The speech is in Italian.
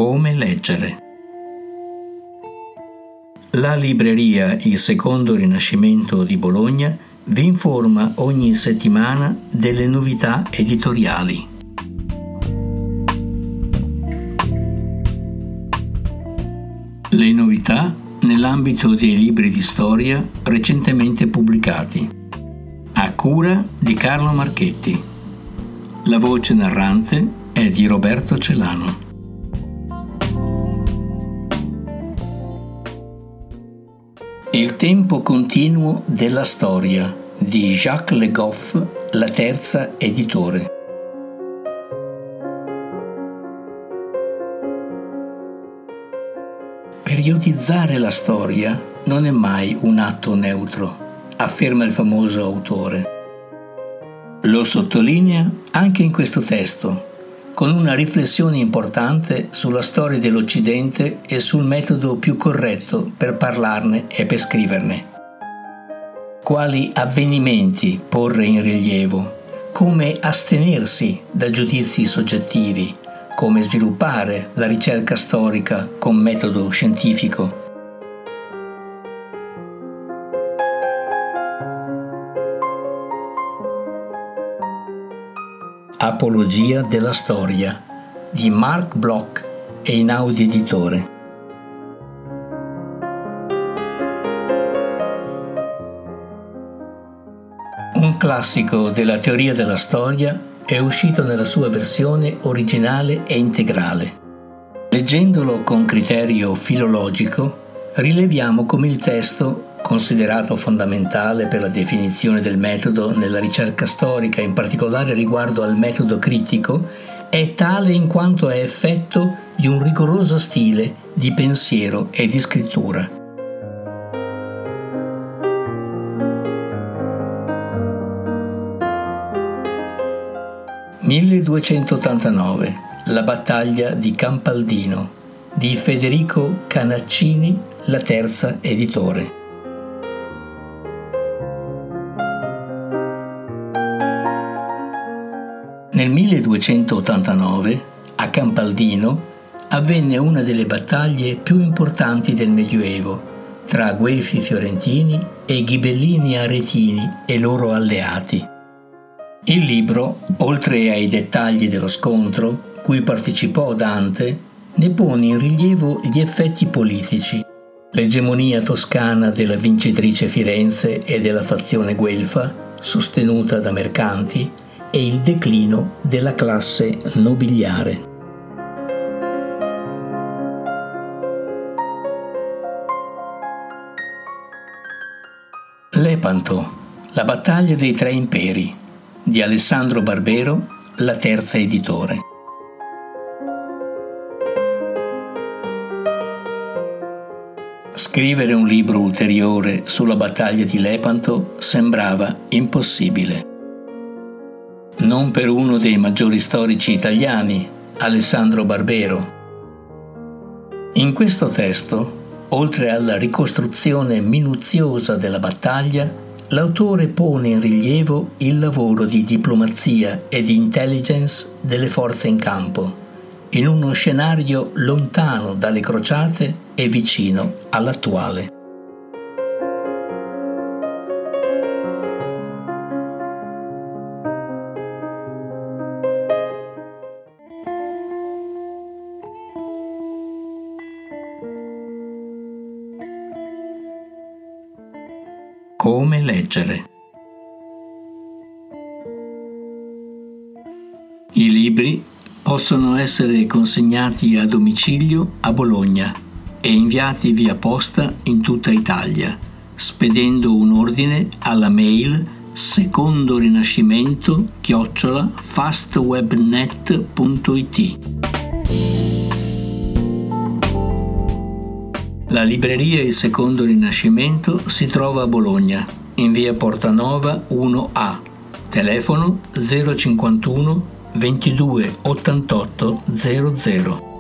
Come leggere. La libreria Il Secondo Rinascimento di Bologna vi informa ogni settimana delle novità editoriali. Le novità nell'ambito dei libri di storia recentemente pubblicati, a cura di Carlo Marchetti. La voce narrante è di Roberto Celano. Il tempo continuo della storia di Jacques Le Goff, La Terza editore. Periodizzare la storia non è mai un atto neutro, afferma il famoso autore. Lo sottolinea anche in questo testo, con una riflessione importante sulla storia dell'Occidente e sul metodo più corretto per parlarne e per scriverne. Quali avvenimenti porre in rilievo, come astenersi da giudizi soggettivi, come sviluppare la ricerca storica con metodo scientifico. Apologia della storia di Mark Bloch, Einaudi editore. Un classico della teoria della storia è uscito nella sua versione originale e integrale. Leggendolo con criterio filologico, rileviamo come il testo, considerato fondamentale per la definizione del metodo nella ricerca storica, in particolare riguardo al metodo critico, è tale in quanto è effetto di un rigoroso stile di pensiero e di scrittura. «1289. La battaglia di Campaldino» di Federico Canaccini, La Terza editore. Nel 1289, a Campaldino, avvenne una delle battaglie più importanti del Medioevo tra Guelfi fiorentini e Ghibellini aretini e loro alleati. Il libro, oltre ai dettagli dello scontro, cui partecipò Dante, ne pone in rilievo gli effetti politici, l'egemonia toscana della vincitrice Firenze e della fazione guelfa, sostenuta da mercanti, e il declino della classe nobiliare. Lepanto, la battaglia dei tre imperi di Alessandro Barbero, La Terza editore. Scrivere un libro ulteriore sulla battaglia di Lepanto sembrava impossibile. Non per uno dei maggiori storici italiani, Alessandro Barbero. In questo testo, oltre alla ricostruzione minuziosa della battaglia, l'autore pone in rilievo il lavoro di diplomazia e di intelligence delle forze in campo, in uno scenario lontano dalle crociate e vicino all'attuale. Come leggere. I libri possono essere consegnati a domicilio a Bologna e inviati via posta in tutta Italia, spedendo un ordine alla mail secondorinascimento@fastwebnet.it. La libreria Il Secondo Rinascimento si trova a Bologna, in via Portanova 1A, telefono 051 22 88 00.